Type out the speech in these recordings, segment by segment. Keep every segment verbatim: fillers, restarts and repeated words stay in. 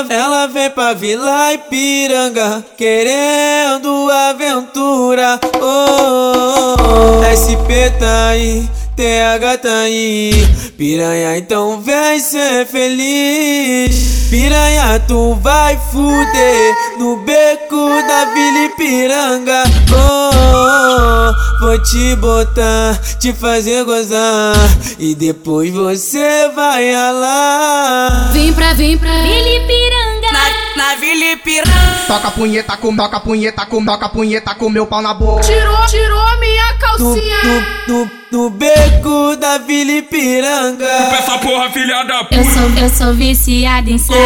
Ela, ela vem pra Vila Ipiranga querendo aventura. Oh, oh, oh. S P tá aí, T H tá aí, piranha, então vem ser feliz. Piranha, tu vai fuder no beco da Vila Ipiranga. Oh, oh, oh, vou te botar, te fazer gozar e depois você vai ralar. Vem pra, vem pra Vila Ipiranga, na, na Vila Ipiranga. Toca punheta com, toca punheta com, toca punheta com meu pau na boca. Tirou, tirou minha calcinha. No, no, no, no beco da Vila Ipiranga. Essa porra, filha da puta. Eu sou, eu sou viciada em ser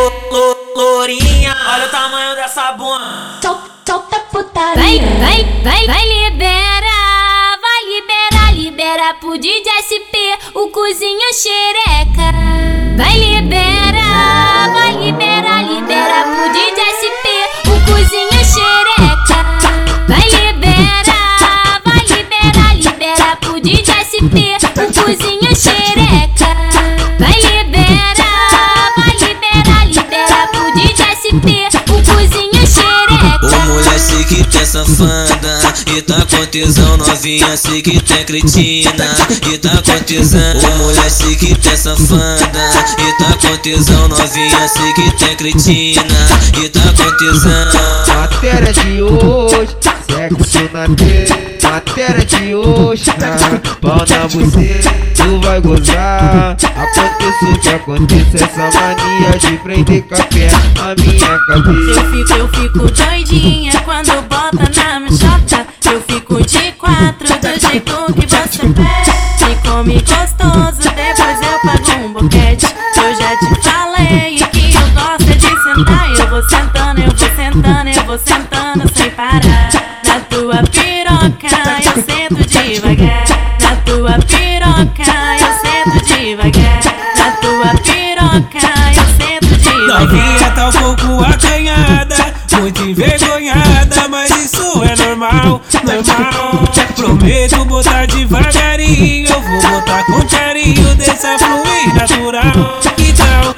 Lourinha, olha o tamanho dessa bunda. solta putaria. Vai, vai, vai, vai liberar, vai liberar, libera pro D J S P o cozinho xereca. Vai liberar, vai liberar, libera pro D J S P o cozinho xereca. Vai liberar, vai liberar, libera pro D J S P o cozinho xereca. Vai liberar, vai liberar, libera pro D J S P o cozinho xereca. Ô mulher, sei que tu é safada e tá com tesão, novinha, sei que tu é cretina e tá com tesão. Ô mulher, sei que tu é safada e tá com tesão, novinha, sei que tu é cretina e tá com tesão. Matéria de hoje, sexo na T. Matéria de hoje, ah, pau na buceta, tu vai gozar. Aconteça o que aconteça, essa mania de prender café a minha cabeça. Eu fico, eu fico doidinha quando bota na minha chota. Eu fico de quatro do jeito que você pede. Me come gostoso, depois eu pago um boquete. Eu já te falei que eu gosto de sentar. Eu vou sentando, eu vou sentando, eu vou sentando sem parar. Na tua piroca eu sento devagar. Na tua piroca eu sento devagar. Na tua piroca eu sento devagar. Novinha tá um pouco acanhada, muito envergonhada, mas isso é normal, normal. Prometo botar devagarinho, eu vou botar com carinho, deixa fluir natural. Que tal,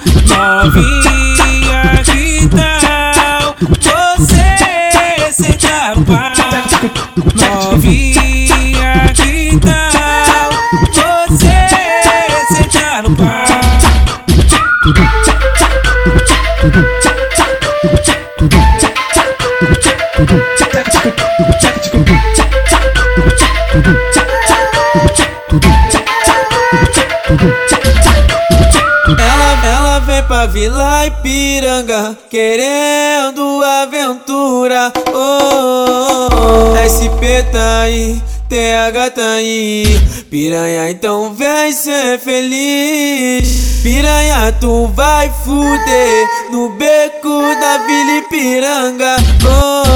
novinha, que tal você sentar o pau? Novinha, que tal você sentar o pau? Ela, ela vem pra Vila Ipiranga querendo aventura. Oh, oh, oh, oh. S P tá aí, T H tá aí, piranha, então vem ser feliz. Piranha, tu vai fuder no beco da Vila Ipiranga. Oh,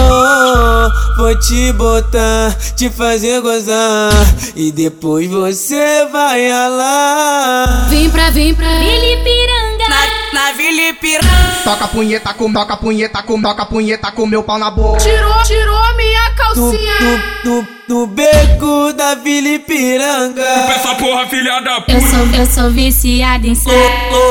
oh, oh, vou te botar, te fazer gozar e depois você vai ralar. Vem pra, vem pra Vila Ipiranga, na, na Vila Ipiranga. Toca punheta com, toca punheta com, toca punheta com meu pau na boca. Tirou, tirou minha calcinha. No, no, no, no beco da Vila Ipiranga. Essa porra, filha da puta. Eu sou, eu sou viciada em ser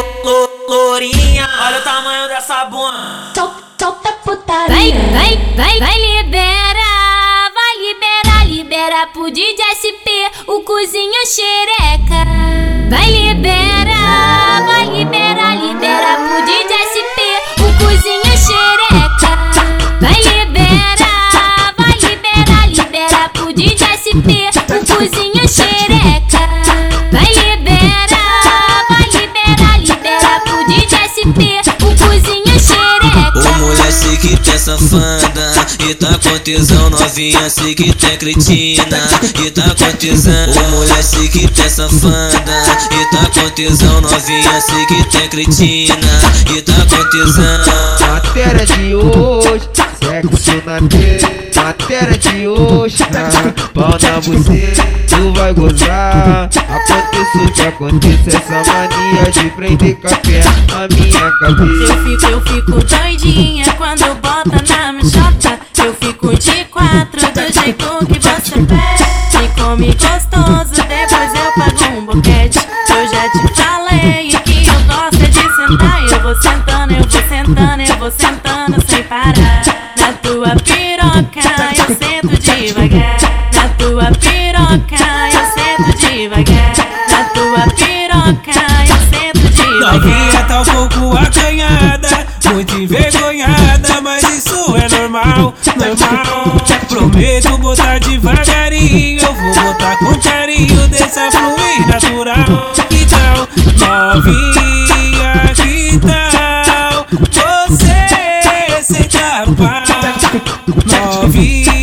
Lourinha, olha o tamanho dessa bunda. solta putaria. Vai, vai, vai, vai liberar, vai liberar, libera pro D J S P o cozinho xereca. Vai liberar, vai liberar, libera pro D J S P o cozinho xereca. Vai liberar, vai liberar, libera pro D J S P o cozinho xereca. Vai liberar, vai liberar, libera pro D J S P o cozinho xereca. Ô mulher, sei que tu é safada e tá com tesão, novinha, sei que tu é cretina e tá com tesão. Ô mulher, sei que tu é safada e tá com tesão, novinha, sei que tu é cretina e tá com tesão. Matéria de hoje, sexo na T. Matéria de hoje, ah, pau na buceta, tu vai gozar. Aconteça o que aconteça, essa mania de prender café a minha cabeça. Eu fico, eu fico doidinha quando bota na minha chota. Eu fico de quatro do jeito que você pede. Me come gostoso, depois eu pago um boquete. Eu já te falei que eu gosto de sentar. Eu vou sentando, eu vou sentando. sentando, eu vou sentando sem parar. Na tua piroca eu sento devagar. Na tua piroca eu sento devagar. Na tua piroca eu sento devagar. Novinha tá um pouco acanhada, muito envergonhada, mas isso é normal, normal. Prometo botar devagarinho, eu vou botar com carinho, deixa fluir natural. Que tal, novinha, que tal você sentar pau? Novinha,